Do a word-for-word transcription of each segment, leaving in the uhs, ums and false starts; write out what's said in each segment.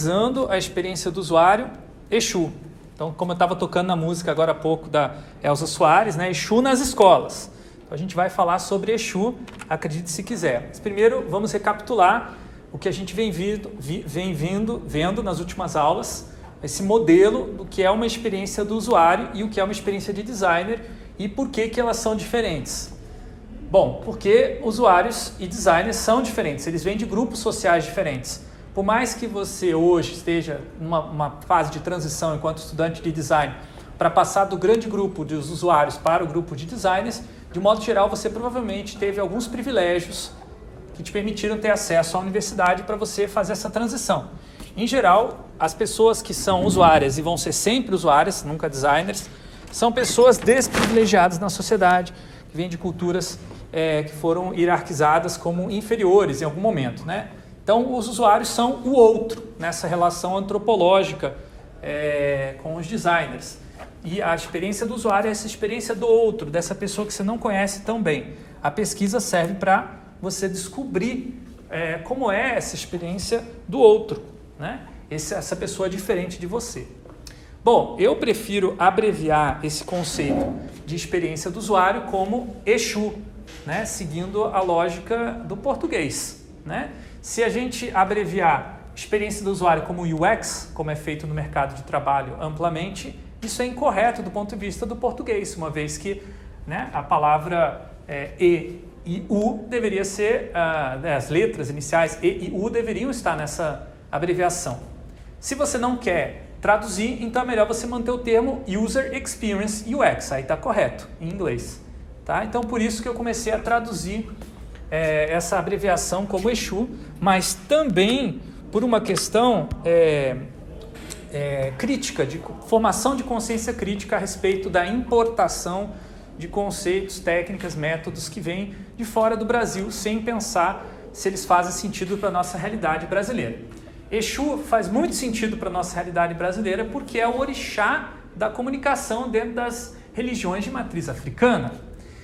Usando a experiência do usuário, Exu. Então, como eu estava tocando na música agora há pouco da Elza Soares, né? Exu nas escolas. Então, a gente vai falar sobre Exu, acredite se quiser. Mas primeiro, vamos recapitular o que a gente vem, vindo, vi, vem vindo, vendo nas últimas aulas, esse modelo do que é uma experiência do usuário e o que é uma experiência de designer e por que, que elas são diferentes. Bom, porque usuários e designers são diferentes, eles vêm de grupos sociais diferentes. Por mais que você hoje esteja numa uma fase de transição enquanto estudante de design para passar do grande grupo dos usuários para o grupo de designers, de modo geral você provavelmente teve alguns privilégios que te permitiram ter acesso à universidade para você fazer essa transição. Em geral, as pessoas que são usuárias e vão ser sempre usuárias, nunca designers, são pessoas desprivilegiadas na sociedade, que vêm de culturas é, que foram hierarquizadas como inferiores em algum momento, né? Então, os usuários são o outro nessa relação antropológica é, com os designers. E a experiência do usuário é essa experiência do outro, dessa pessoa que você não conhece tão bem. A pesquisa serve para você descobrir é, como é essa experiência do outro, né? Esse, essa pessoa diferente de você. Bom, eu prefiro abreviar esse conceito de experiência do usuário como Exu, né? Seguindo a lógica do português, né? Se a gente abreviar experiência do usuário como U X, como é feito no mercado de trabalho amplamente, isso é incorreto do ponto de vista do português, uma vez que, né, a palavra é, E e U deveria ser, uh, as letras iniciais E e U deveriam estar nessa abreviação. Se você não quer traduzir, então é melhor você manter o termo User Experience U X, aí está correto em inglês. Tá? Então por isso que eu comecei a traduzir É, essa abreviação como Exu, mas também por uma questão é, é, crítica, de formação de consciência crítica a respeito da importação de conceitos, técnicas, métodos que vêm de fora do Brasil, sem pensar se eles fazem sentido para a nossa realidade brasileira. Exu faz muito sentido para a nossa realidade brasileira porque é o orixá da comunicação dentro das religiões de matriz africana.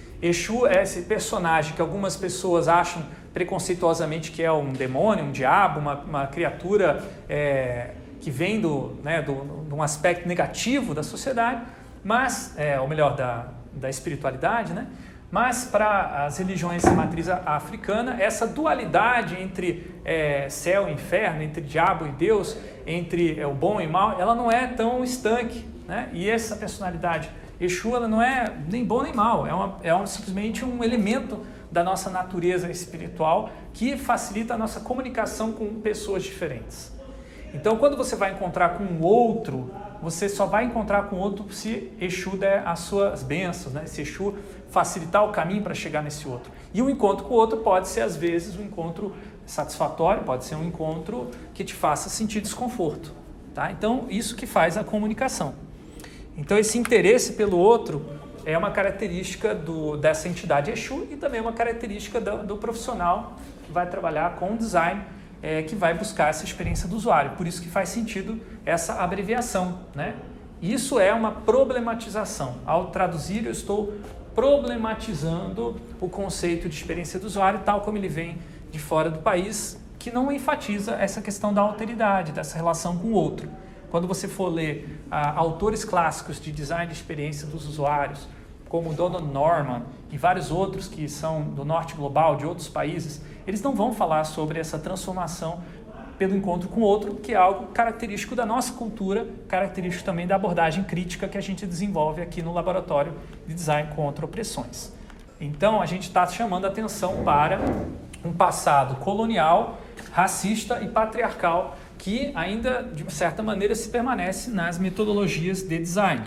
Exu é esse personagem que algumas pessoas acham preconceituosamente que é um demônio, um diabo, uma, uma criatura é, que vem do, né, do, de um aspecto negativo da sociedade, mas, é, ou melhor, da, da espiritualidade, né? Mas para as religiões de matriz africana, essa dualidade entre é, céu e inferno, entre diabo e Deus, entre é, o bom e o mal, ela não é tão estanque, né? E essa personalidade Exu, ela não é nem bom nem mal, é, uma, é um, simplesmente um elemento da nossa natureza espiritual que facilita a nossa comunicação com pessoas diferentes. Então, quando você vai encontrar com um outro, você só vai encontrar com outro se Exu der as suas bênçãos, né? Se Exu facilitar o caminho para chegar nesse outro. E o encontro com o outro pode ser, às vezes, um encontro satisfatório, pode ser um encontro que te faça sentir desconforto. Tá? Então, isso que faz a comunicação. Então, esse interesse pelo outro é uma característica do, dessa entidade Exu e também uma característica do, do profissional que vai trabalhar com design, é, que vai buscar essa experiência do usuário. Por isso que faz sentido essa abreviação, né? Isso é uma problematização. Ao traduzir, eu estou problematizando o conceito de experiência do usuário, tal como ele vem de fora do país, que não enfatiza essa questão da alteridade, dessa relação com o outro. Quando você for ler ah, autores clássicos de design de experiência dos usuários, como Donald Norman e vários outros que são do norte global, de outros países, eles não vão falar sobre essa transformação pelo encontro com o outro, que é algo característico da nossa cultura, característico também da abordagem crítica que a gente desenvolve aqui no Laboratório de Design contra Opressões. Então, a gente está chamando a atenção para um passado colonial, racista e patriarcal, que ainda, de certa maneira, se permanece nas metodologias de design.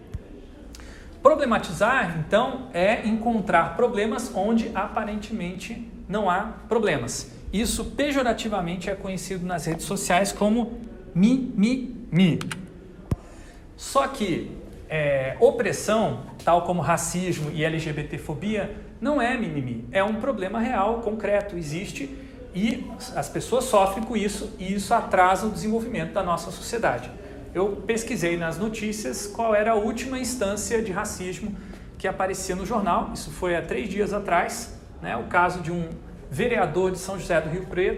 Problematizar, então, é encontrar problemas onde aparentemente não há problemas. Isso, pejorativamente, é conhecido nas redes sociais como mimimi. Só que é, opressão, tal como racismo e LGBTfobia, não é mimimi. É um problema real, concreto, existe. E as pessoas sofrem com isso e isso atrasa o desenvolvimento da nossa sociedade. Eu pesquisei nas notícias qual era a última instância de racismo que aparecia no jornal. Isso foi há três dias atrás, né? O caso de um vereador de São José do Rio Preto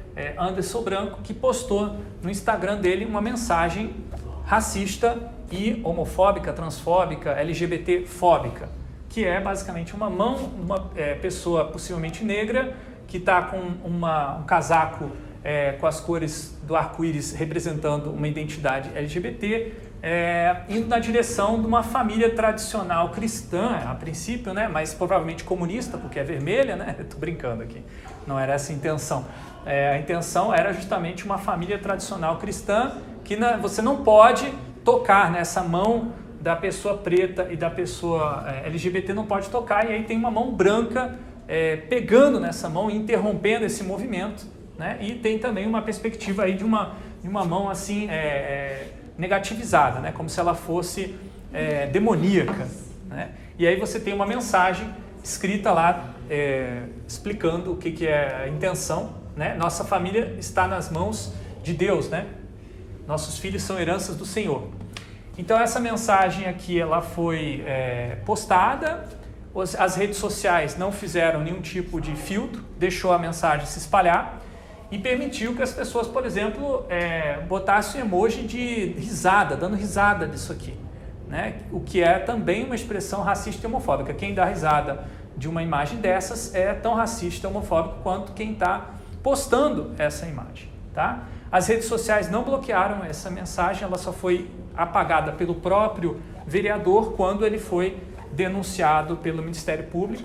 é, Anderson Branco, que postou no Instagram dele uma mensagem racista e homofóbica, transfóbica, L G B T-fóbica, que é basicamente uma mão, uma é, pessoa possivelmente negra, que está com uma, um casaco é, com as cores do arco-íris representando uma identidade L G B T, é, indo na direção de uma família tradicional cristã, a princípio, né, mas provavelmente comunista, porque é vermelha, né? Estou brincando aqui, não era essa a intenção. É, a intenção era justamente uma família tradicional cristã, que na, você não pode tocar nessa mão da pessoa preta e da pessoa é, L G B T, não pode tocar, e aí tem uma mão branca é, pegando nessa mão e interrompendo esse movimento, né? E tem também uma perspectiva aí de uma, de uma mão assim é, é, negativizada, né? Como se ela fosse é, demoníaca, né? E aí você tem uma mensagem escrita lá é, explicando o que, que é a intenção, né? Nossa família está nas mãos de Deus, né? Nossos filhos são heranças do Senhor. Então essa mensagem aqui ela foi é, postada, as redes sociais não fizeram nenhum tipo de filtro, deixou a mensagem se espalhar e permitiu que as pessoas, por exemplo, é, botassem um emoji de risada, dando risada disso aqui, né? O que é também uma expressão racista e homofóbica. Quem dá risada de uma imagem dessas é tão racista e homofóbico quanto quem está postando essa imagem, tá? As redes sociais não bloquearam essa mensagem, ela só foi apagada pelo próprio vereador quando ele foi denunciado pelo Ministério Público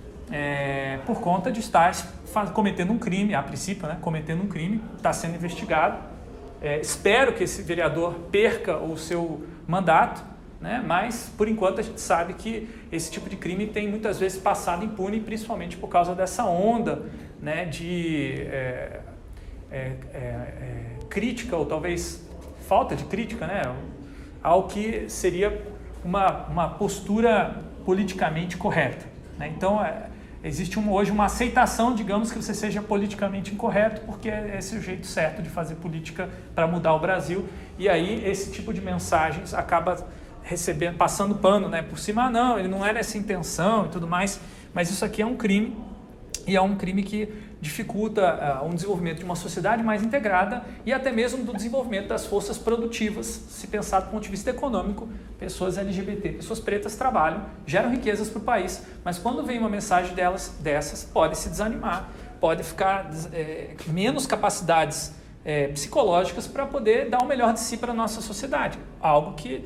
é, por conta de estar cometendo um crime, a princípio, né, cometendo um crime, está sendo investigado. É, espero que esse vereador perca o seu mandato, né, mas por enquanto a gente sabe que esse tipo de crime tem muitas vezes passado impune, principalmente por causa dessa onda, né, de é, é, é, é, crítica ou talvez falta de crítica, né, ao que seria uma, uma postura politicamente correta, né? Então, é, existe um, hoje uma aceitação, digamos, que você seja politicamente incorreto, porque é esse o jeito certo de fazer política para mudar o Brasil, e aí esse tipo de mensagens acaba recebendo, passando pano, né, por cima. Ah, não, ele não era essa intenção e tudo mais, mas isso aqui é um crime, e é um crime que dificulta uh, um desenvolvimento de uma sociedade mais integrada e até mesmo do desenvolvimento das forças produtivas, se pensar do ponto de vista econômico. Pessoas L G B T, pessoas pretas trabalham, geram riquezas para o país, mas quando vem uma mensagem delas, dessas, pode se desanimar, pode ficar é, menos capacidades é, psicológicas para poder dar o melhor de si para a nossa sociedade, algo que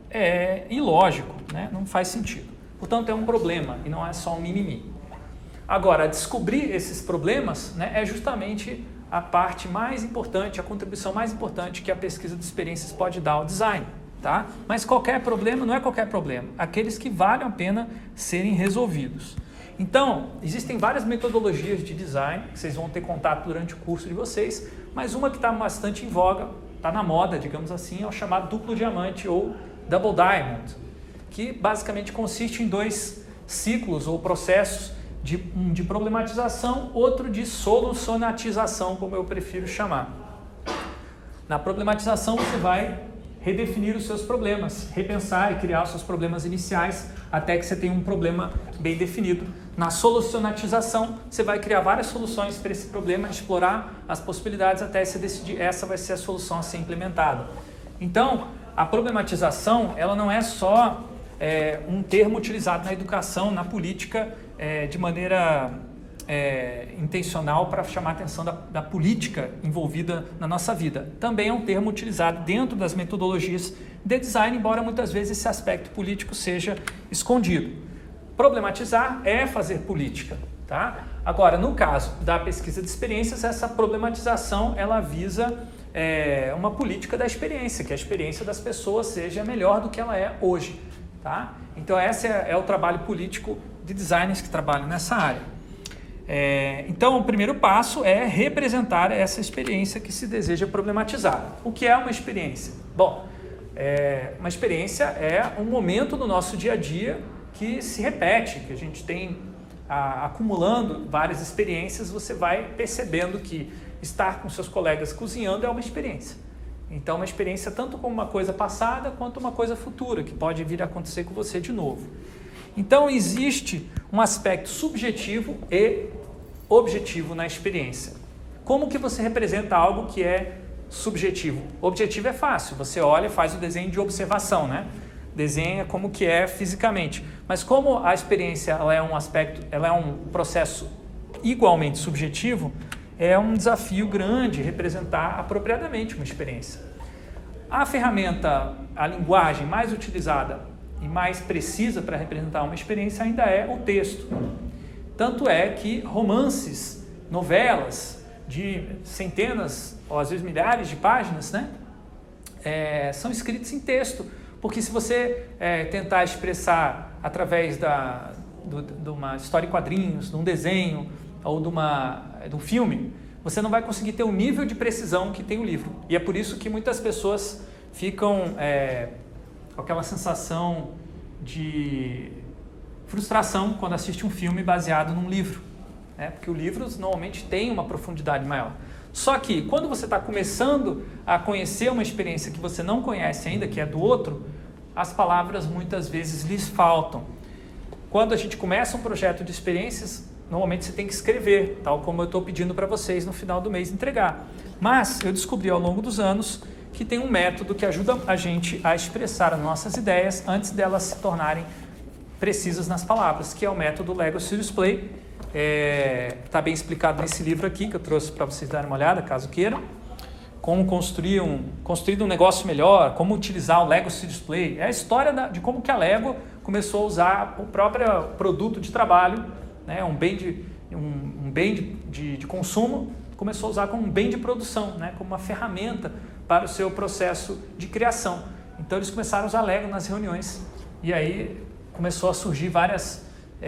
é ilógico, né? Não faz sentido. Portanto, é um problema e não é só um mimimi. Agora, descobrir esses problemas, né, é justamente a parte mais importante, a contribuição mais importante que a pesquisa de experiências pode dar ao design, tá? Mas qualquer problema não é qualquer problema, aqueles que valem a pena serem resolvidos. Então, existem várias metodologias de design que vocês vão ter contato durante o curso de vocês, mas uma que está bastante em voga, está na moda, digamos assim, é o chamado duplo diamante ou double diamond, que basicamente consiste em dois ciclos ou processos De, um de problematização, outro de solucionatização, como eu prefiro chamar. Na problematização você vai redefinir os seus problemas, repensar e criar os seus problemas iniciais até que você tenha um problema bem definido. Na solucionatização você vai criar várias soluções para esse problema, explorar as possibilidades até você decidir essa vai ser a solução a ser implementada. Então, a problematização ela não é só é, um termo utilizado na educação, na política, É, de maneira é, intencional para chamar a atenção da, da política envolvida na nossa vida. Também é um termo utilizado dentro das metodologias de design, embora muitas vezes esse aspecto político seja escondido. Problematizar é fazer política, tá? Agora, no caso da pesquisa de experiências, essa problematização ela visa é, uma política da experiência, que a experiência das pessoas seja melhor do que ela é hoje, tá? Então, esse é, é o trabalho político de designers que trabalham nessa área. É, então, o primeiro passo é representar essa experiência que se deseja problematizar. O que é uma experiência? Bom, é, uma experiência é um momento no nosso dia a dia que se repete, que a gente tem a, acumulando várias experiências, você vai percebendo que estar com seus colegas cozinhando é uma experiência. Então, uma experiência tanto como uma coisa passada quanto uma coisa futura, que pode vir a acontecer com você de novo. Então, existe um aspecto subjetivo e objetivo na experiência. como que você representa algo que é subjetivo? O objetivo é fácil, você olha e faz o desenho de observação, né? Desenha como que é fisicamente. Mas como a experiência ela é um aspecto, ela é um processo igualmente subjetivo, é um desafio grande representar apropriadamente uma experiência. A ferramenta, a linguagem mais utilizada e mais precisa para representar uma experiência ainda é o texto. Tanto é que romances, novelas de centenas ou às vezes milhares de páginas, né, é, são escritos em texto. Porque se você é, tentar expressar através da, do, de uma história em quadrinhos, de um desenho ou de, uma, de um filme, você não vai conseguir ter o nível de precisão que tem o livro. E é por isso que muitas pessoas ficam é, com aquela sensação de frustração quando assiste um filme baseado num livro, né? Porque o livro normalmente tem uma profundidade maior. Só que quando você está começando a conhecer uma experiência que você não conhece ainda, que é do outro, as palavras muitas vezes lhes faltam. Quando a gente começa um projeto de experiências, normalmente você tem que escrever, tal como eu estou pedindo para vocês no final do mês entregar. Mas eu descobri ao longo dos anos que tem um método que ajuda a gente a expressar as nossas ideias antes delas se tornarem precisas nas palavras, que é o método Lego Serious Play. Está é, bem explicado nesse livro aqui, que eu trouxe para vocês darem uma olhada, caso queiram. Como construir um, construir um negócio melhor, como utilizar o Lego Serious Play. É a história da, de como que a Lego começou a usar o próprio produto de trabalho, né, um bem, de, um, um bem de, de, de consumo, começou a usar como um bem de produção, né, como uma ferramenta para o seu processo de criação. Então eles começaram a usar Lego nas reuniões e aí começou a surgir várias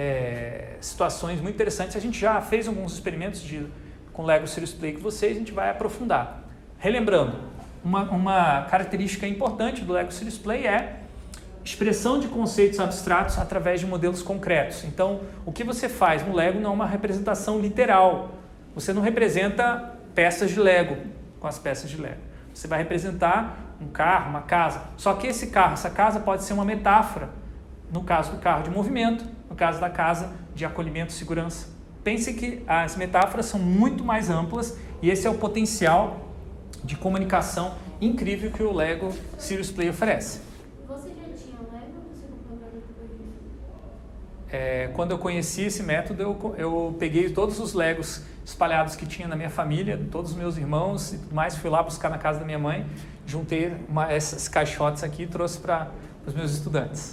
é, situações muito interessantes. A gente já fez alguns experimentos de, com Lego Serious Play com vocês, a gente vai aprofundar. Relembrando, uma, uma característica importante do Lego Serious Play é expressão de conceitos abstratos através de modelos concretos. Então, o que você faz no Lego não é uma representação literal. Você não representa peças de Lego com as peças de Lego. Você vai representar um carro, uma casa. Só que esse carro, essa casa pode ser uma metáfora. No caso do carro de movimento, no caso da casa de acolhimento e segurança. Pense que as metáforas são muito mais amplas e esse é o potencial de comunicação incrível que o Lego Serious Play oferece. Você já tinha o Lego ou você comprou o Lego depois disso? É, quando eu conheci esse método, eu, eu peguei todos os Legos espalhados que tinha na minha família, todos os meus irmãos e tudo mais, fui lá buscar na casa da minha mãe, juntei uma, essas caixotes aqui e trouxe para os meus estudantes.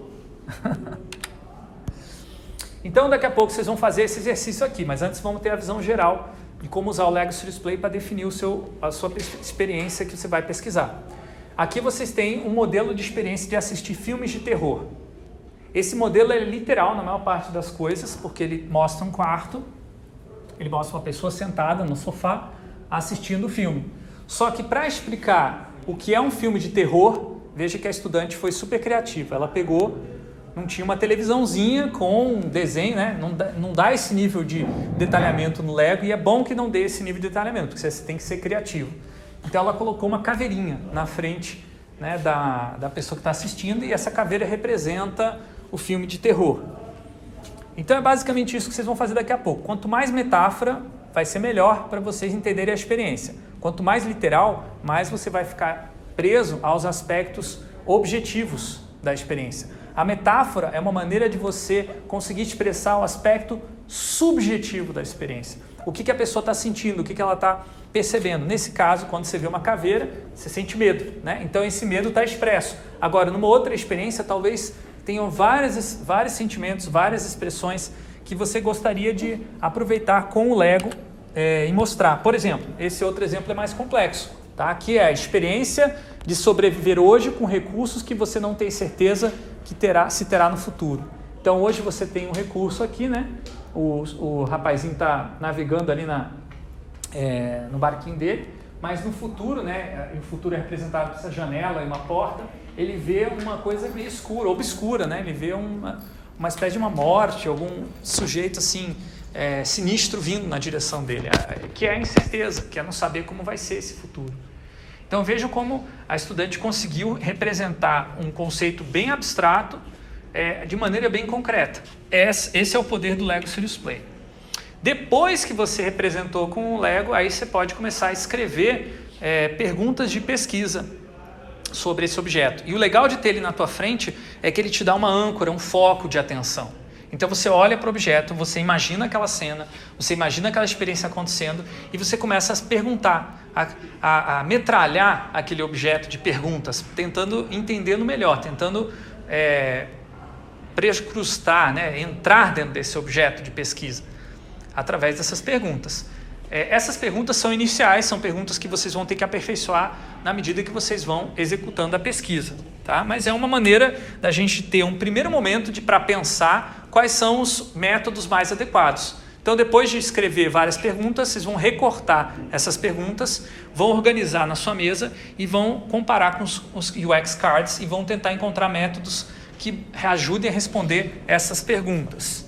Então daqui a pouco vocês vão fazer esse exercício aqui, mas antes vamos ter a visão geral de como usar o Lego Serious Play para definir o seu, a sua experiência que você vai pesquisar. Aqui vocês têm um modelo de experiência de assistir filmes de terror. Esse modelo é literal na maior parte das coisas, porque ele mostra um quarto, ele mostra uma pessoa sentada no sofá assistindo o filme. Só que para explicar o que é um filme de terror, veja que a estudante foi super criativa. Ela pegou, não tinha uma televisãozinha com desenho, né? Não dá, não dá esse nível de detalhamento no Lego e é bom que não dê esse nível de detalhamento, porque você tem que ser criativo. Então ela colocou uma caveirinha na frente, né, da, da pessoa que está assistindo e essa caveira representa o filme de terror. Então é basicamente isso que vocês vão fazer daqui a pouco. Quanto mais metáfora, vai ser melhor para vocês entenderem a experiência. Quanto mais literal, mais você vai ficar preso aos aspectos objetivos da experiência. A metáfora é uma maneira de você conseguir expressar o aspecto subjetivo da experiência. O que, que a pessoa está sentindo, o que, que ela está percebendo. Nesse caso, quando você vê uma caveira, você sente medo, né? Então esse medo está expresso. Agora, numa outra experiência, talvez tenham várias, vários sentimentos, várias expressões que você gostaria de aproveitar com o Lego é, e mostrar. Por exemplo, esse outro exemplo é mais complexo. Tá? Aqui é a experiência de sobreviver hoje com recursos que você não tem certeza que terá, se terá no futuro. Então hoje você tem um recurso aqui, né? O, o rapazinho está navegando ali na, é, no barquinho dele, mas no futuro, né? O futuro é representado por essa janela e uma porta, ele vê uma coisa meio escura, obscura, né? Ele vê uma, uma espécie de uma morte, algum sujeito assim é, sinistro vindo na direção dele, que é a incerteza, que é não saber como vai ser esse futuro. Então vejam como a estudante conseguiu representar um conceito bem abstrato é, de maneira bem concreta. Esse, esse é o poder do Lego Serious Play. Depois que você representou com o Lego, aí você pode começar a escrever é, perguntas de pesquisa sobre esse objeto. E o legal de ter ele na tua frente é que ele te dá uma âncora, um foco de atenção. Então você olha para o objeto, você imagina aquela cena, você imagina aquela experiência acontecendo e você começa a se perguntar, a, a, a metralhar aquele objeto de perguntas, tentando entendê-lo melhor, tentando é, prescrustar, né, entrar dentro desse objeto de pesquisa através dessas perguntas. É, essas perguntas são iniciais, são perguntas que vocês vão ter que aperfeiçoar na medida que vocês vão executando a pesquisa, tá? Mas é uma maneira da gente ter um primeiro momento de para pensar quais são os métodos mais adequados. Então, depois de escrever várias perguntas, vocês vão recortar essas perguntas, vão organizar na sua mesa e vão comparar com os, os U X Cards e vão tentar encontrar métodos que ajudem a responder essas perguntas.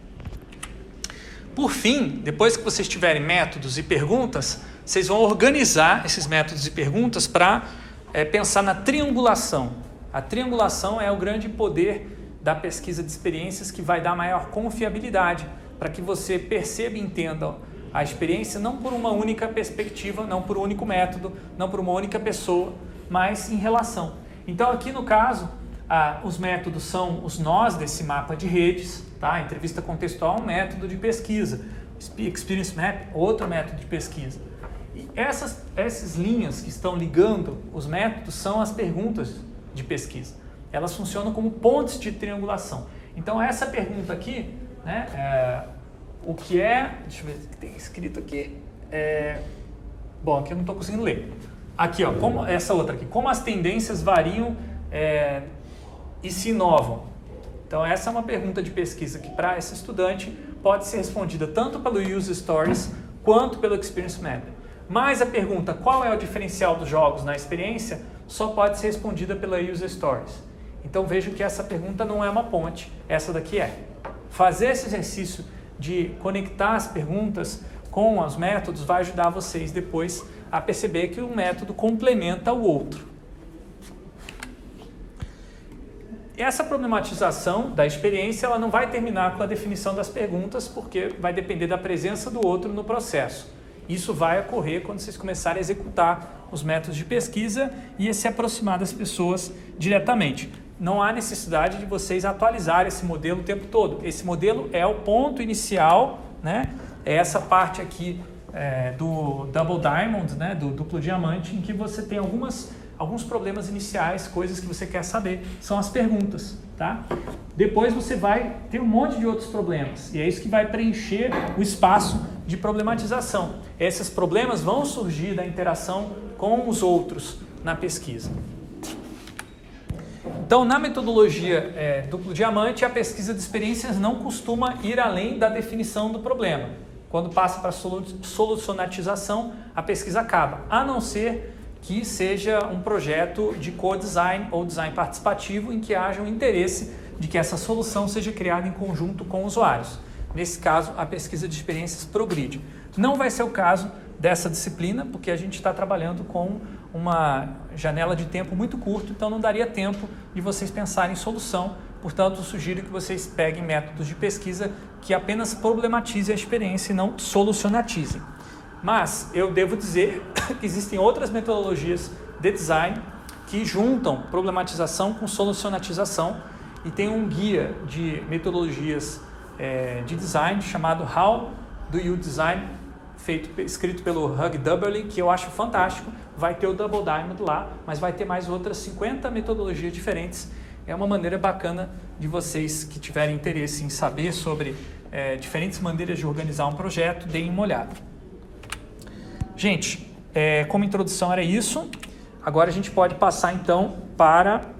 Por fim, depois que vocês tiverem métodos e perguntas, vocês vão organizar esses métodos e perguntas para é, pensar na triangulação. A triangulação é o grande poder da pesquisa de experiências que vai dar maior confiabilidade para que você perceba e entenda a experiência não por uma única perspectiva, não por um único método, não por uma única pessoa, mas em relação. Então aqui no caso, ah, os métodos são os nós desse mapa de redes, tá? Entrevista contextual é um método de pesquisa, Experience Map, outro método de pesquisa. E essas, essas linhas que estão ligando os métodos são as perguntas de pesquisa. Elas funcionam como pontes de triangulação. Então essa pergunta aqui, né, é, o que é, deixa eu ver o que tem escrito aqui, é, bom, aqui eu não estou conseguindo ler. Aqui, ó, como, essa outra aqui, como as tendências variam é, e se inovam. Então essa é uma pergunta de pesquisa que para esse estudante pode ser respondida tanto pelo User Stories quanto pelo Experience Map. Mas a pergunta qual é o diferencial dos jogos na experiência só pode ser respondida pela User Stories. Então vejam que essa pergunta não é uma ponte, essa daqui é. Fazer esse exercício de conectar as perguntas com os métodos vai ajudar vocês depois a perceber que um método complementa o outro. Essa problematização da experiência ela não vai terminar com a definição das perguntas, porque vai depender da presença do outro no processo. Isso vai ocorrer quando vocês começarem a executar os métodos de pesquisa e se aproximar das pessoas diretamente. Não há necessidade de vocês atualizarem esse modelo o tempo todo. Esse modelo é o ponto inicial, né? É essa parte aqui é, do Double Diamond, né? Do duplo diamante, em que você tem algumas, alguns problemas iniciais, coisas que você quer saber, são as perguntas, tá? Depois você vai ter um monte de outros problemas, e é isso que vai preencher o espaço de problematização. Esses problemas vão surgir da interação com os outros na pesquisa. Então, na metodologia é, duplo diamante, a pesquisa de experiências não costuma ir além da definição do problema. Quando passa para a solu solucionatização, a pesquisa acaba, a não ser que seja um projeto de co-design ou design participativo em que haja um interesse de que essa solução seja criada em conjunto com usuários. Nesse caso, a pesquisa de experiências progride. Não vai ser o caso dessa disciplina, porque a gente está trabalhando com uma janela de tempo muito curta, então não daria tempo de vocês pensarem em solução. Portanto, eu sugiro que vocês peguem métodos de pesquisa que apenas problematizem a experiência e não solucionatizem. Mas eu devo dizer que existem outras metodologias de design que juntam problematização com solucionatização e tem um guia de metodologias é, de design chamado How Do You Design, feito, escrito pelo Hugh Dubberly, que eu acho fantástico. Vai ter o Double Diamond lá, mas vai ter mais outras cinquenta metodologias diferentes. É uma maneira bacana de vocês que tiverem interesse em saber sobre é, diferentes maneiras de organizar um projeto, deem uma olhada. Gente, é, como introdução era isso. Agora a gente pode passar então para